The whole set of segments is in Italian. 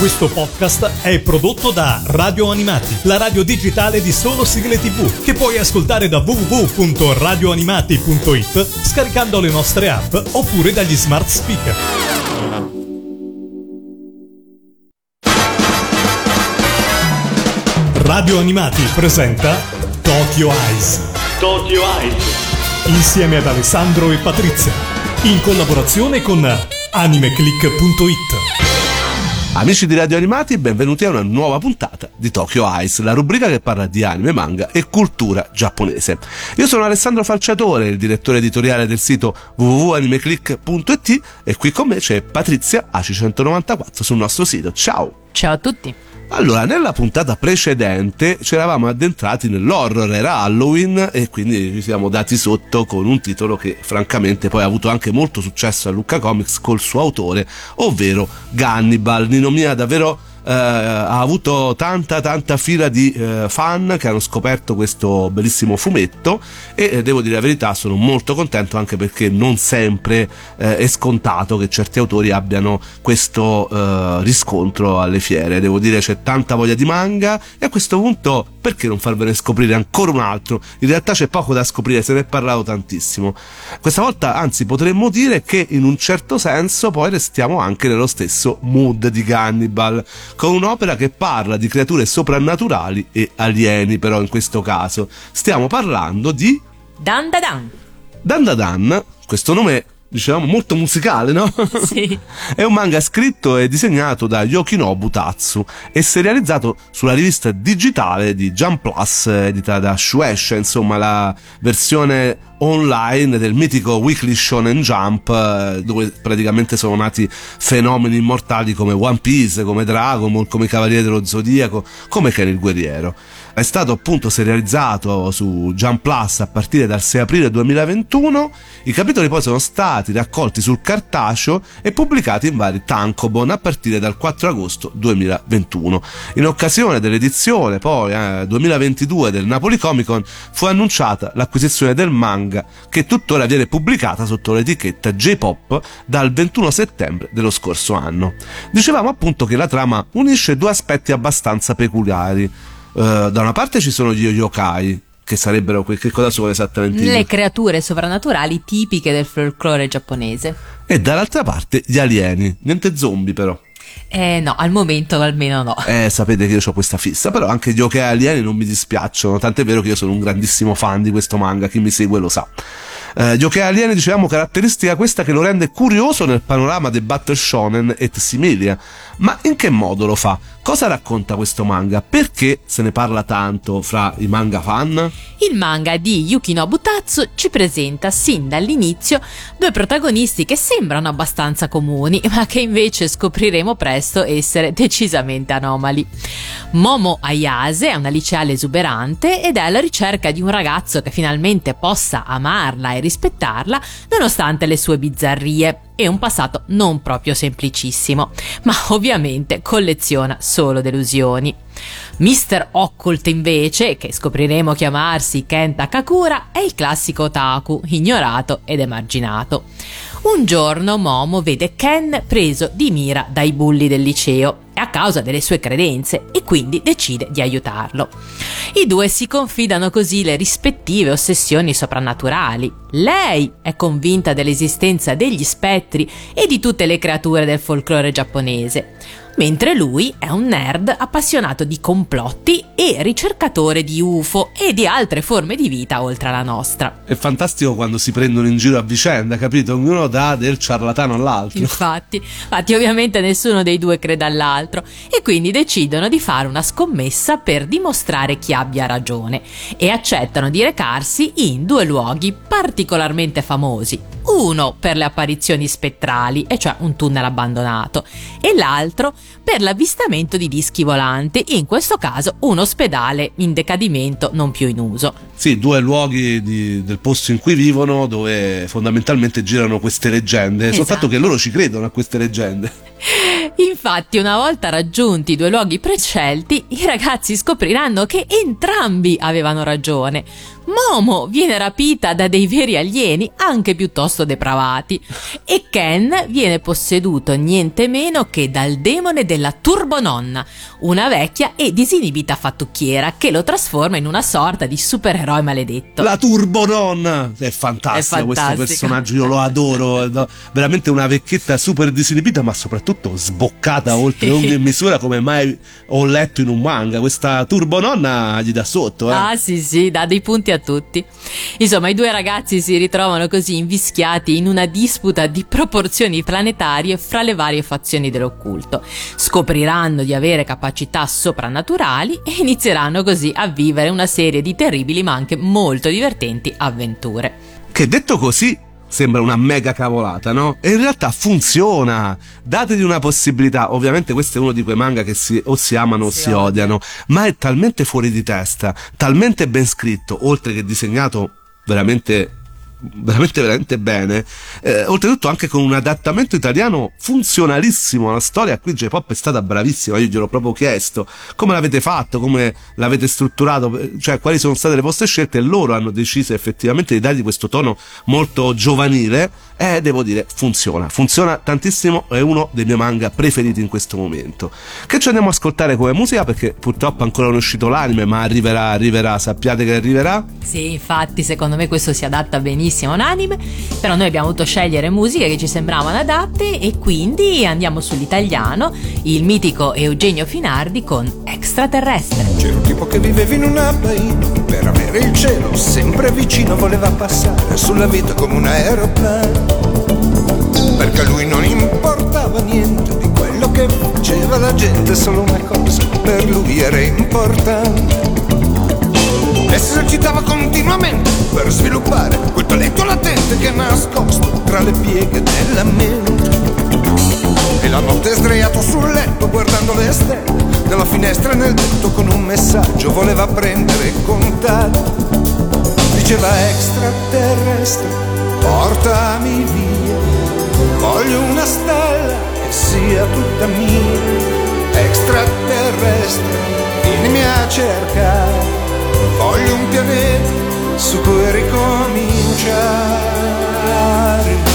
Questo podcast è prodotto da Radio Animati, la radio digitale di solo sigle TV, che puoi ascoltare da www.radioanimati.it scaricando le nostre app oppure dagli smart speaker. Radio Animati presenta Tokyo Eyes. Tokyo Eyes. Insieme ad Alessandro e Patrizia, in collaborazione con animeclick.it. Amici di Radio Animati, benvenuti a una nuova puntata di Tokyo Eyes, la rubrica che parla di anime, manga e cultura giapponese. Io sono Alessandro Falciatore, il direttore editoriale del sito www.animeclick.it, e qui con me c'è Patrizia AC194 sul nostro sito. Ciao! Ciao a tutti! Allora, nella puntata precedente ci eravamo addentrati nell'horror, era Halloween, e quindi ci siamo dati sotto con un titolo che francamente poi ha avuto anche molto successo a Lucca Comics col suo autore, ovvero Gannibal. Ninomiya davvero ha avuto tanta fila di fan che hanno scoperto questo bellissimo fumetto, e devo dire la verità, sono molto contento, anche perché non sempre è scontato che certi autori abbiano questo riscontro alle fiere. Devo dire, c'è tanta voglia di manga, e a questo punto perché non farvene scoprire ancora un altro? In realtà c'è poco da scoprire, se ne è parlato tantissimo. Questa volta anzi potremmo dire che in un certo senso poi restiamo anche nello stesso mood di Gannibal, con un'opera che parla di creature soprannaturali e alieni. Però in questo caso stiamo parlando di Dandadan. Dandadan, questo nome dicevamo molto musicale, no? Sì. È un manga scritto e disegnato da Yukinobu Tatsu e serializzato sulla rivista digitale di Jump Plus, editata da Shueisha, insomma la versione online del mitico Weekly Shonen Jump, dove praticamente sono nati fenomeni immortali come One Piece, come Dragon Ball, come Cavaliere dello Zodiaco, come Ken il Guerriero. È stato appunto serializzato su Jump Plus a partire dal 6 aprile 2021. I capitoli poi sono stati raccolti sul cartaceo e pubblicati in vari tankobon a partire dal 4 agosto 2021. In occasione dell'edizione poi 2022 del Napoli Comic Con fu annunciata l'acquisizione del manga, che tuttora viene pubblicata sotto l'etichetta J-Pop dal 21 settembre dello scorso anno. Dicevamo appunto che la trama unisce due aspetti abbastanza peculiari. Da una parte ci sono gli yokai, che sarebbero che cosa sono esattamente? Le creature soprannaturali tipiche del folklore giapponese. E dall'altra parte gli alieni, niente zombie però. No, al momento almeno no. Sapete che io ho questa fissa, però anche gli yokai alieni non mi dispiacciono, tant'è vero che io sono un grandissimo fan di questo manga, chi mi segue lo sa. Gli yokai alieni, dicevamo, caratteristica questa che lo rende curioso nel panorama dei battle shonen et similia. Ma in che modo lo fa? Cosa racconta questo manga? Perché se ne parla tanto fra i manga fan? Il manga di Yukinobu Tatsu ci presenta sin dall'inizio due protagonisti che sembrano abbastanza comuni, ma che invece scopriremo presto essere decisamente anomali. Momo Ayase è una liceale esuberante ed è alla ricerca di un ragazzo che finalmente possa amarla e rispettarla nonostante le sue bizzarrie e un passato non proprio semplicissimo, ma ovviamente colleziona solo delusioni. Mr. Occult invece, che scopriremo chiamarsi Ken Takakura, è il classico otaku, ignorato ed emarginato. Un giorno Momo vede Ken preso di mira dai bulli del liceo a causa delle sue credenze e quindi decide di aiutarlo. I due si confidano così le rispettive ossessioni soprannaturali. Lei è convinta dell'esistenza degli spettri e di tutte le creature del folklore giapponese, mentre lui è un nerd appassionato di complotti e ricercatore di UFO e di altre forme di vita oltre alla nostra. È fantastico quando si prendono in giro a vicenda, capito? Ognuno dà del ciarlatano all'altro. Infatti ovviamente nessuno dei due crede all'altro, e quindi decidono di fare una scommessa per dimostrare chi abbia ragione, e accettano di recarsi in due luoghi particolarmente famosi. Uno per le apparizioni spettrali, e cioè un tunnel abbandonato, e l'altro per l'avvistamento di dischi volanti, in questo caso un ospedale in decadimento non più in uso. Sì, due luoghi del posto in cui vivono, dove fondamentalmente girano queste leggende, esatto. Soltanto che loro ci credono a queste leggende. Infatti, una volta raggiunti i due luoghi prescelti, i ragazzi scopriranno che entrambi avevano ragione. Momo viene rapita da dei veri alieni, anche piuttosto depravati, e Ken viene posseduto niente meno che dal demone della Turbononna, una vecchia e disinibita fattucchiera che lo trasforma in una sorta di supereroe maledetto. La Turbononna è fantastico questo personaggio, io lo adoro, no? Veramente una vecchietta super disinibita, ma soprattutto sboccata oltre ogni misura, come mai ho letto in un manga. Questa Turbononna gli dà sotto, Ah sì, dà dei punti a tutti. Insomma, i due ragazzi si ritrovano così invischiati in una disputa di proporzioni planetarie fra le varie fazioni dell'occulto. Scopriranno di avere capacità soprannaturali e inizieranno così a vivere una serie di terribili ma anche molto divertenti avventure. Che detto così sembra una mega cavolata, no? E in realtà funziona. Dategli una possibilità. Ovviamente questo è uno di quei manga che o si amano o si odiano, ma è talmente fuori di testa, talmente ben scritto, oltre che disegnato veramente bene, oltretutto anche con un adattamento italiano funzionalissimo alla storia. Qui J-Pop è stata bravissima, io gliel'ho proprio chiesto come l'avete fatto, come l'avete strutturato, cioè quali sono state le vostre scelte, e loro hanno deciso effettivamente di dargli questo tono molto giovanile, e devo dire funziona tantissimo, è uno dei miei manga preferiti in questo momento. Che ci andiamo a ascoltare come musica, perché purtroppo ancora non è uscito l'anime, ma arriverà, sappiate che arriverà. Sì, infatti secondo me questo si adatta benissimo a un anime, però noi abbiamo voluto scegliere musiche che ci sembravano adatte e quindi andiamo sull'italiano, il mitico Eugenio Finardi con Extraterrestre. C'era un tipo che viveva in una baina, per avere il cielo sempre vicino voleva passare sulla vita come un aeroplano, perché a lui non importava niente di quello che faceva la gente, solo una cosa per lui era importante, e si esercitava continuamente per sviluppare quel talento latente che è nascosto tra le pieghe della mente. E la notte sdraiato sul letto guardando le stelle dalla finestra nel tetto con un messaggio voleva prendere contatto. Diceva: extraterrestre, portami via, voglio una stella che sia tutta mia. Extraterrestre, vieni a cercare, voglio un pianeta su cui ricominciare.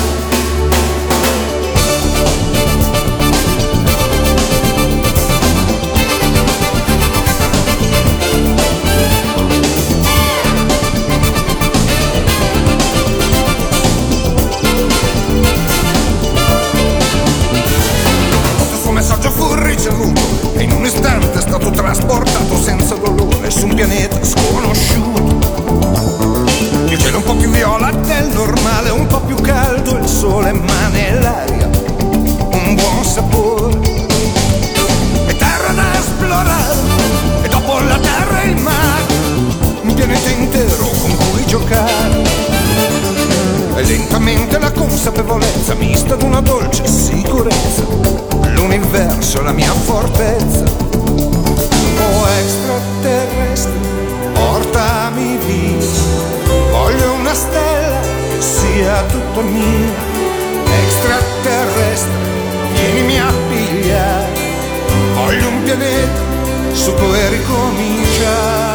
Il suo messaggio fu ricevuto e in un istante è stato trasportato senza dolore su un pianeta sconosciuto. Il cielo un po' più viola del normale, un po' più caldo il sole, ma nell'aria un buon sapore. E terra da esplorare, e dopo la terra e il mare, un pianeta intero con cui giocare. E lentamente la consapevolezza mista ad una dolce sicurezza, l'universo è la mia fortezza. Oh extraterrestre, portami via, voglio una stella che sia tutta mia. Extraterrestre, vienimi a pigliare, voglio un pianeta su cui ricominciare.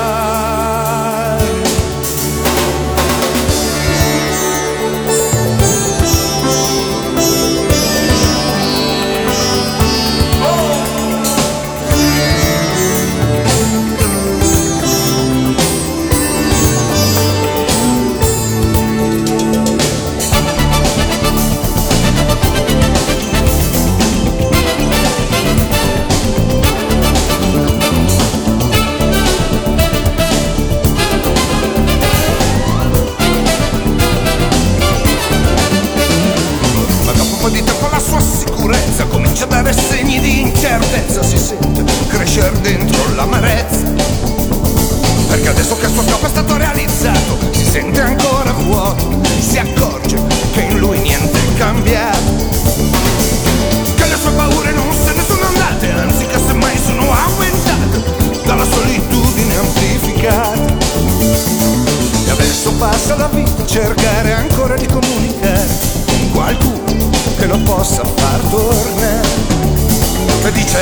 Comincia a dare segni di incertezza, si sente crescere dentro l'amarezza, perché adesso che il suo scopo è stato realizzato si sente ancora vuoto, si accorge che in lui niente è cambiato, che le sue paure non se ne sono andate, anzi che semmai sono aumentate dalla solitudine amplificata. E adesso passa la vita a cercare ancora di comunicare con qualcuno che lo possa far tornare. E dice: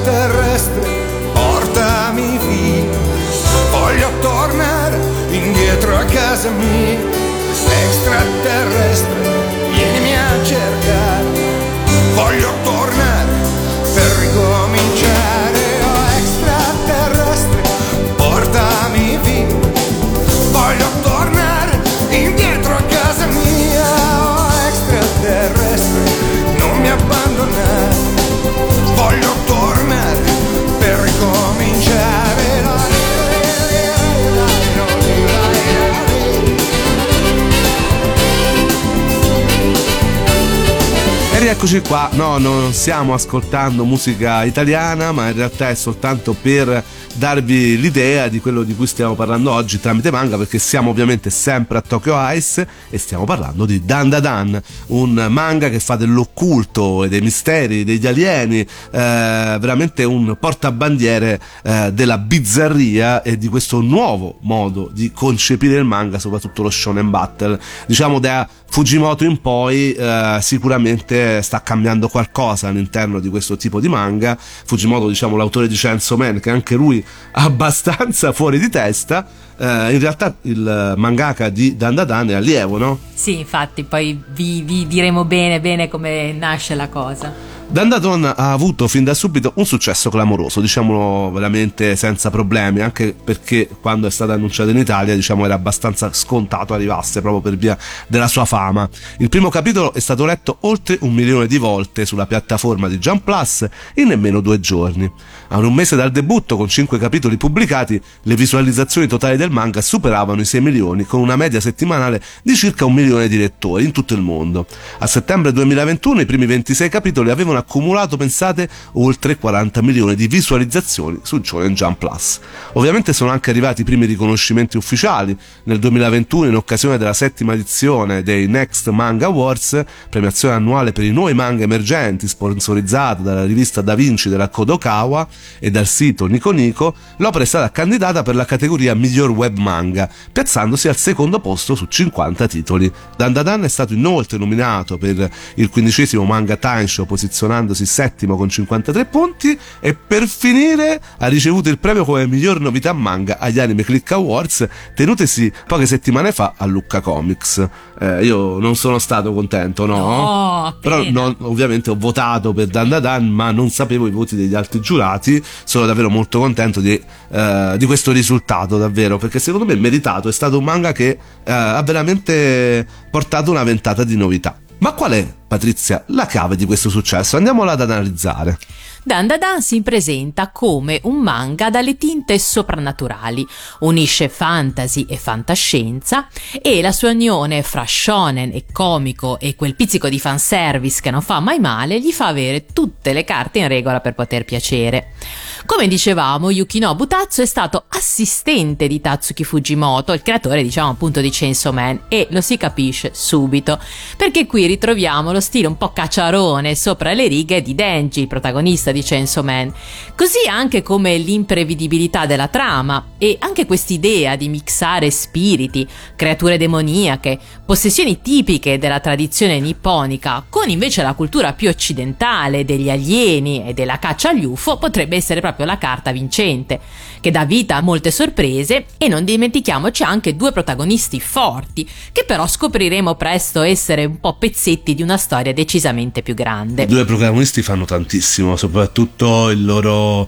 extraterrestre, portami via, voglio tornare indietro a casa mia, extraterrestre, vienimi a cercare, voglio tornare per ricominciare. Oh extraterrestre, portami via, voglio tornare indietro a casa mia. Oh extraterrestre, non mi abbandonare, voglio tornare per ricominciare. E rieccoci qua, no, non stiamo ascoltando musica italiana, ma in realtà è soltanto per darvi l'idea di quello di cui stiamo parlando oggi tramite manga, perché siamo ovviamente sempre a Tokyo Ice e stiamo parlando di Dan Da Dan, un manga che fa dell'occulto e dei misteri, degli alieni, veramente un portabandiere della bizzarria e di questo nuovo modo di concepire il manga, soprattutto lo shonen battle. Diciamo da Fujimoto in poi sicuramente sta cambiando qualcosa all'interno di questo tipo di manga. Fujimoto, diciamo l'autore di Chainsaw Man, che anche lui abbastanza fuori di testa, in realtà il mangaka di Dan Da Dan è allievo, no? Sì, infatti poi vi diremo bene come nasce la cosa. Dan Da Dan ha avuto fin da subito un successo clamoroso, diciamolo veramente senza problemi, anche perché quando è stato annunciato in Italia, diciamo, era abbastanza scontato arrivasse proprio per via della sua fama. Il primo capitolo è stato letto oltre 1 milione di volte sulla piattaforma di Jump Plus in nemmeno 2 giorni. A un mese dal debutto, con 5 capitoli pubblicati, le visualizzazioni totali del manga superavano i 6 milioni, con una media settimanale di circa 1 milione di lettori in tutto il mondo. A settembre 2021 i primi 26 capitoli avevano accumulato, pensate, oltre 40 milioni di visualizzazioni su Shonen Jump Plus. Ovviamente sono anche arrivati i primi riconoscimenti ufficiali. Nel 2021, in occasione della 7ª edizione dei Next Manga Awards, premiazione annuale per i nuovi manga emergenti, sponsorizzata dalla rivista Da Vinci della Kodokawa e dal sito Nico Nico, l'opera è stata candidata per la categoria miglior web manga, piazzandosi al secondo posto su 50 titoli. Dan Da Dan è stato inoltre nominato per il 15° Manga Time Show, posizionandosi settimo con 53 punti, e per finire ha ricevuto il premio come miglior novità manga agli Anime Click Awards, tenutesi poche settimane fa a Lucca Comics. Io non sono stato contento, no? Però ovviamente ho votato per Dan Da Dan, ma non sapevo i voti degli altri giurati. Sono davvero molto contento di questo risultato, davvero, perché secondo me è meritato. È stato un manga che ha veramente portato una ventata di novità. Ma qual è, Patrizia, la chiave di questo successo? Andiamola ad analizzare. Dan Da Dan si presenta come un manga dalle tinte soprannaturali, unisce fantasy e fantascienza, e la sua unione fra shonen e comico e quel pizzico di fanservice che non fa mai male gli fa avere tutte le carte in regola per poter piacere. Come dicevamo, Yukinobu Tatsu è stato assistente di Tatsuki Fujimoto, il creatore, diciamo, appunto di Chainsaw Man, e lo si capisce subito, perché qui ritroviamo lo stile un po' cacciarone sopra le righe di Denji, il protagonista di Chainsaw Man, così anche come l'imprevedibilità della trama e anche quest'idea di mixare spiriti, creature demoniache, possessioni tipiche della tradizione nipponica con invece la cultura più occidentale degli alieni e della caccia agli UFO potrebbe essere proprio la carta vincente, che dà vita a molte sorprese. E non dimentichiamoci anche 2 protagonisti forti, che però scopriremo presto essere un po' pezzetti di una storia decisamente più grande. I 2 protagonisti fanno tantissimo, soprattutto i loro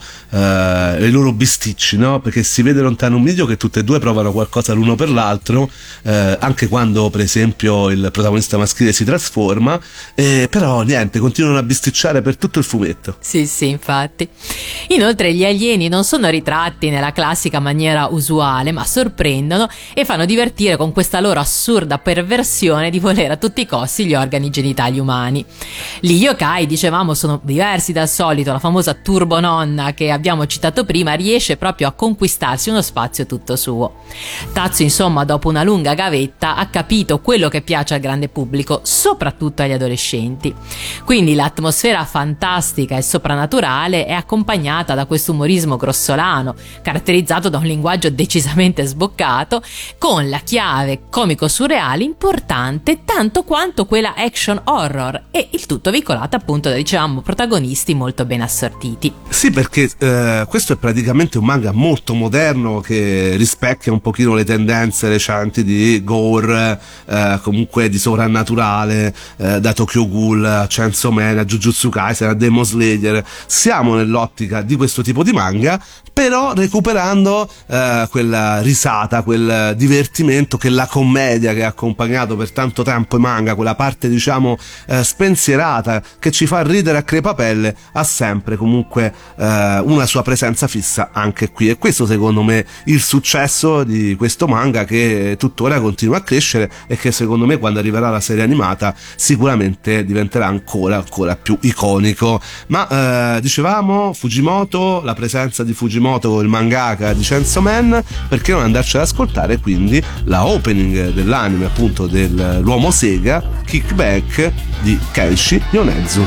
bisticci, no? Perché si vede lontano un miglio che tutte e 2 provano qualcosa l'uno per l'altro, anche quando per esempio il protagonista maschile si trasforma, però niente, continuano a bisticciare per tutto il fumetto. Sì, infatti. Inoltre gli alieni non sono ritratti nella classica maniera usuale, ma sorprendono e fanno divertire con questa loro assurda perversione di volere a tutti i costi gli organi genitali umani. Gli yokai, dicevamo, sono diversi dal solito. La famosa turbononna che abbiamo citato prima riesce proprio a conquistarsi uno spazio tutto suo. Tatsu, insomma, dopo una lunga gavetta ha capito quello che piace al grande pubblico, soprattutto agli adolescenti. Quindi l'atmosfera fantastica e soprannaturale è accompagnata da questo umorismo grossolano, caratterizzato da un linguaggio decisamente sboccato, con la chiave comico-surreale importante tanto quanto quella action horror, e il tutto veicolato appunto, dicevamo, protagonisti molto ben assortiti. Sì, perché questo è praticamente un manga molto moderno che rispecchia un pochino le tendenze recenti di gore, comunque di sovrannaturale, da Tokyo Ghoul a Chainsaw Man a Jujutsu Kaisen a Demon Slayer. Siamo nell'ottica di questo tipo di manga, però recuperando quella risata, quel divertimento che la commedia che ha accompagnato per tanto tempo i manga, quella parte diciamo spensierata che ci fa ridere a crepapelle, ha sempre comunque una sua presenza fissa anche qui, e questo secondo me il successo di questo manga, che tuttora continua a crescere e che secondo me quando arriverà la serie animata sicuramente diventerà ancora più iconico. Ma dicevamo Fujimoto, la presenza di Fujimoto, il mangaka di Chainsaw Man, perché non andarci ad ascoltare quindi la opening dell'anime appunto dell'uomo Sega, Kickback di Kenshi Yonezu.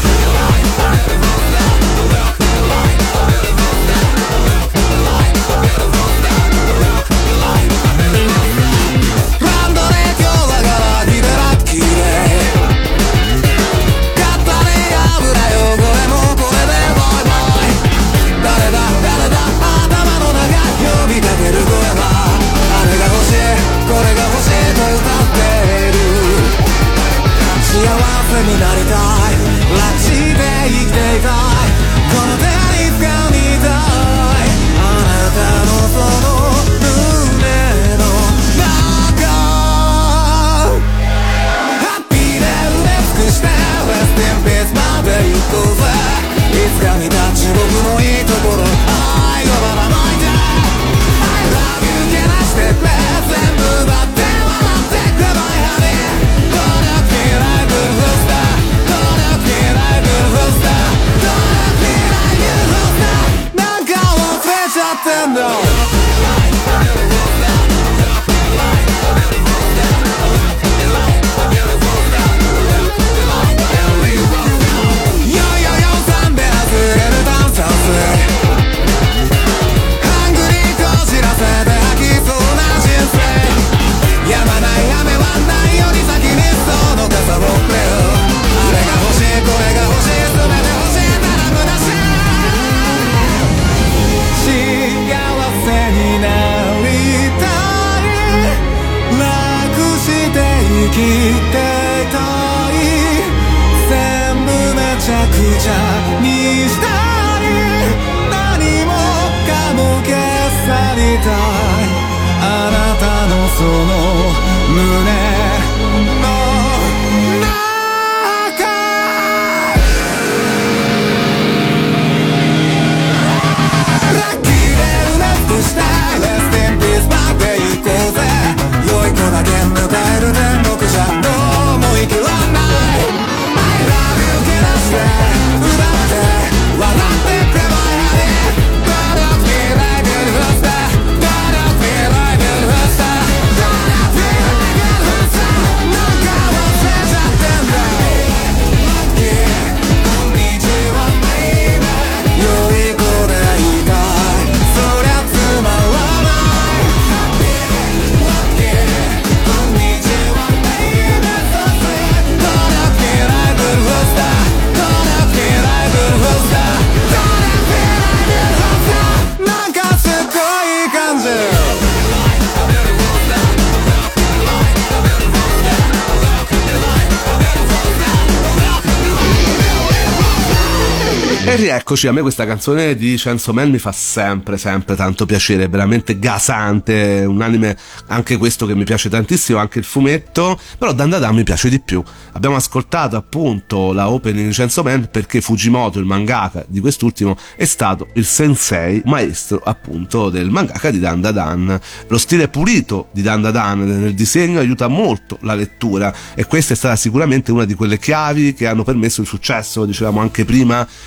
E rieccoci, a me questa canzone di Chainsaw Man mi fa sempre tanto piacere, è veramente gasante, un anime anche questo che mi piace tantissimo, anche il fumetto, però Dandadan mi piace di più. Abbiamo ascoltato appunto la opening di Chainsaw Man perché Fujimoto, il mangaka di quest'ultimo, è stato il sensei, maestro appunto del mangaka di Dandadan. Lo stile pulito di Dandadan nel disegno aiuta molto la lettura, e questa è stata sicuramente una di quelle chiavi che hanno permesso il successo, dicevamo anche prima, una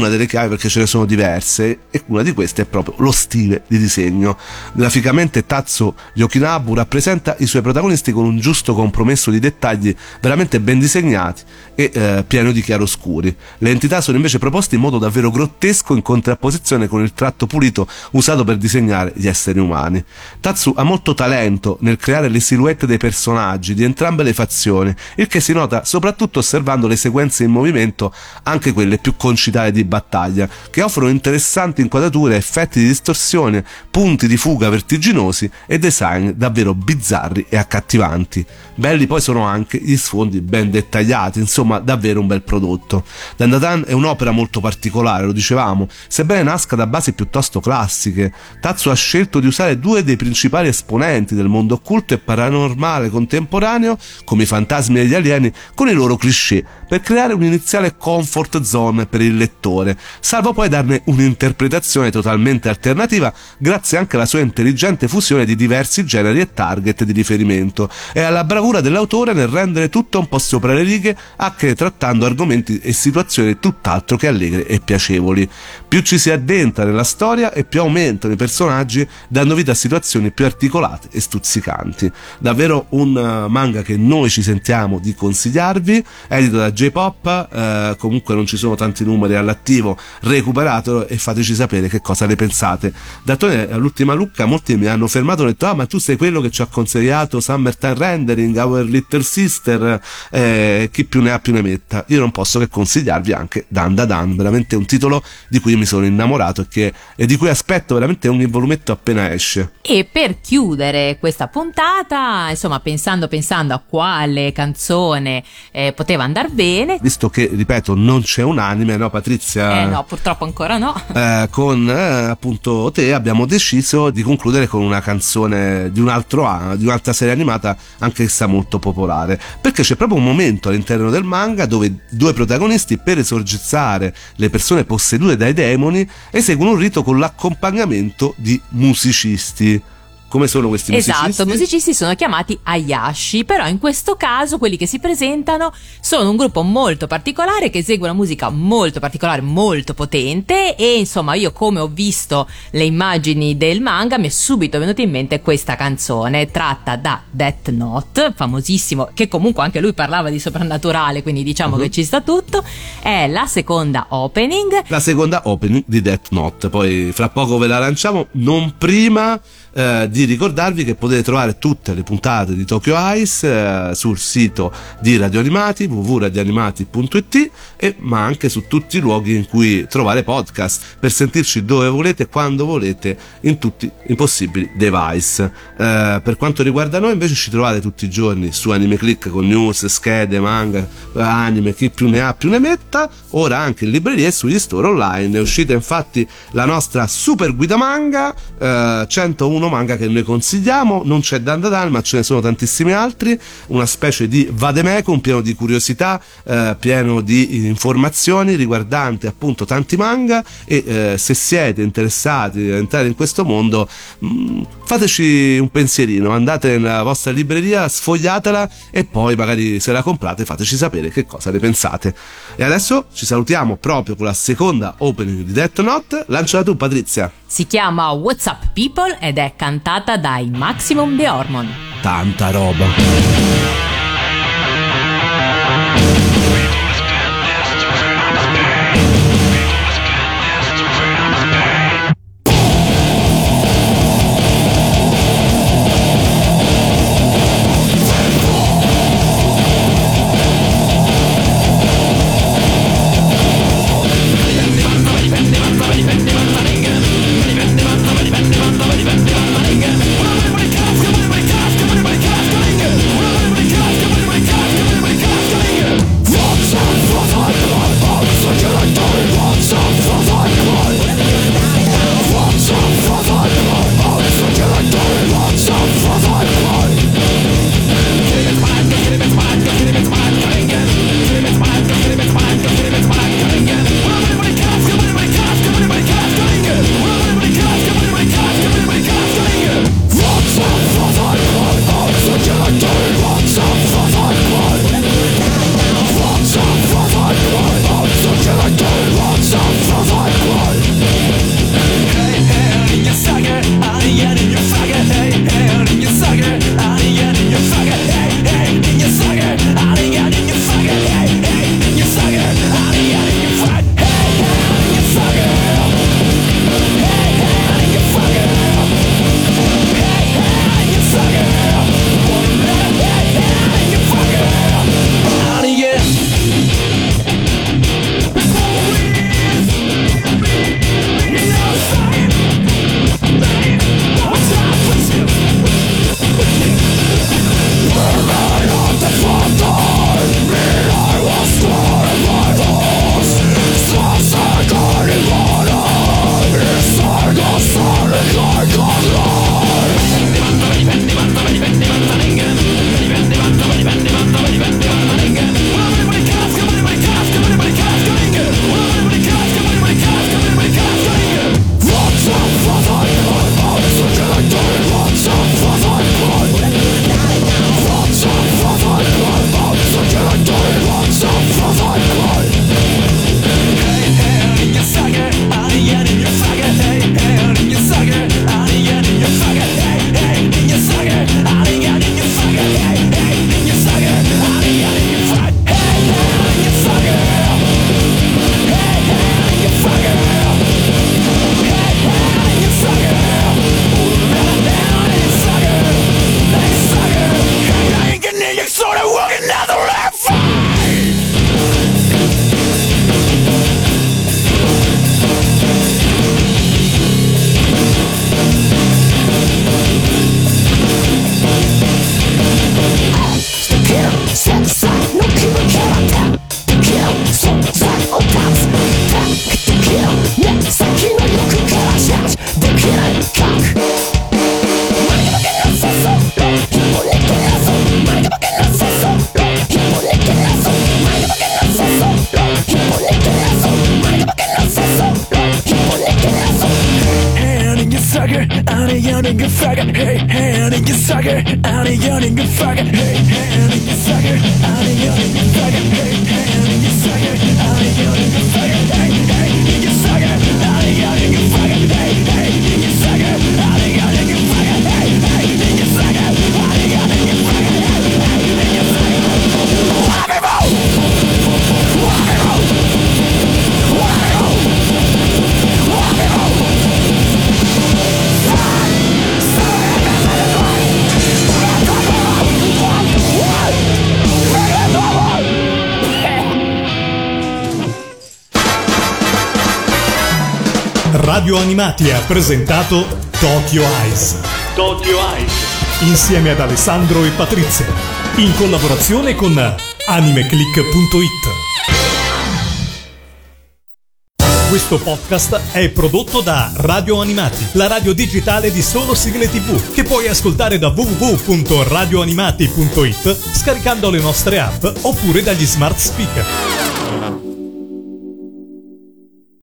una delle chiavi, perché ce ne sono diverse, e una di queste è proprio lo stile di disegno. Graficamente Tatsu Yokinabu rappresenta i suoi protagonisti con un giusto compromesso di dettagli veramente ben disegnati e pieno di chiaroscuri. Le entità sono invece proposte in modo davvero grottesco, in contrapposizione con il tratto pulito usato per disegnare gli esseri umani. Tatsu ha molto talento nel creare le silhouette dei personaggi di entrambe le fazioni, il che si nota soprattutto osservando le sequenze in movimento, anche quelle più concitate di battaglia, che offrono interessanti inquadrature, effetti di distorsione, punti di fuga vertiginosi e design davvero bizzarri e accattivanti. Belli poi sono anche gli sfondi ben dettagliati, insomma davvero un bel prodotto. Dandadan è un'opera molto particolare, lo dicevamo, sebbene nasca da basi piuttosto classiche. Tatsu ha scelto di usare due dei principali esponenti del mondo occulto e paranormale contemporaneo, come i fantasmi e gli alieni, con i loro cliché, per creare un'iniziale comfort zone per il lettore, salvo poi darne un'interpretazione totalmente alternativa grazie anche alla sua intelligente fusione di diversi generi e target di riferimento e alla bravura dell'autore nel rendere tutto un po' sopra le righe, anche trattando argomenti e situazioni tutt'altro che allegre e piacevoli. Più ci si addentra nella storia e più aumentano i personaggi, dando vita a situazioni più articolate e stuzzicanti. Davvero un manga che noi ci sentiamo di consigliarvi, edito da J-Pop, comunque non ci sono tanti numeri all'attivo, recuperatelo e fateci sapere che cosa ne pensate. D'altronde all'ultima Lucca molti mi hanno fermato e detto: ah, ma tu sei quello che ci ha consigliato Summertime Rendering, Our Little Sister, chi più ne ha più ne metta. Io non posso che consigliarvi anche Dandadan, veramente un titolo di cui mi sono innamorato e di cui aspetto veramente ogni volumetto appena esce. E per chiudere questa puntata, insomma, pensando a quale canzone poteva andar bene, visto che, ripeto, non c'è un anime, no Patrizia? No, purtroppo ancora no. Con appunto te abbiamo deciso di concludere con una canzone di un'altra serie animata, anche essa molto popolare, perché c'è proprio un momento all'interno del manga dove due protagonisti, per esorcizzare le persone possedute dai demoni, eseguono un rito con l'accompagnamento di musicisti. Come sono questi musicisti? Esatto, musicisti sono chiamati Hayashi, però in questo caso quelli che si presentano sono un gruppo molto particolare che esegue una musica molto particolare, molto potente, e insomma io, come ho visto le immagini del manga, mi è subito venuta in mente questa canzone tratta da Death Note, famosissimo, che comunque anche lui parlava di soprannaturale, quindi diciamo che ci sta tutto. È la seconda opening di Death Note, poi fra poco ve la lanciamo, non prima di ricordarvi che potete trovare tutte le puntate di Tokyo Ice sul sito di Radio Animati, www.radioanimati.it, ma anche su tutti i luoghi in cui trovare podcast, per sentirci dove volete, quando volete, in tutti i possibili device. Per quanto riguarda noi invece ci trovate tutti i giorni su Anime Click con news, schede, manga, anime, chi più ne ha più ne metta, ora anche in libreria e sugli store online. È uscita infatti la nostra super guida manga, 101 manga che noi consigliamo. Non c'è Dandadan, ma ce ne sono tantissimi altri, una specie di vademecum pieno di curiosità, pieno di informazioni riguardanti appunto tanti manga, e se siete interessati a entrare in questo mondo, fateci un pensierino, andate nella vostra libreria, sfogliatela e poi magari se la comprate fateci sapere che cosa ne pensate. E adesso ci salutiamo proprio con la seconda opening di Death Note. Lanciala tu, Patrizia. Si chiama What's Up People ed è cantata dai Maximum The Hormone. Tanta roba. sucker, honey, you nigga fucker, hey, honey, you sucker, honey, you nigga fucker, hey, honey, you sucker, honey, you nigga fucker, hey, honey, you sucker, honey, you nigga fucker, hey, you sucker, honey, you nigga fucker, hey, you sucker, honey, you nigga fucker, hey, you sucker, honey, you nigga fucker, hey, you sucker. Radio Animati ha presentato Tokyo Eyes. Tokyo Eyes. Insieme ad Alessandro e Patrizia. In collaborazione con animeclick.it. Questo podcast è prodotto da Radio Animati, la radio digitale di solo sigle TV, che puoi ascoltare da www.radioanimati.it scaricando le nostre app oppure dagli smart speaker.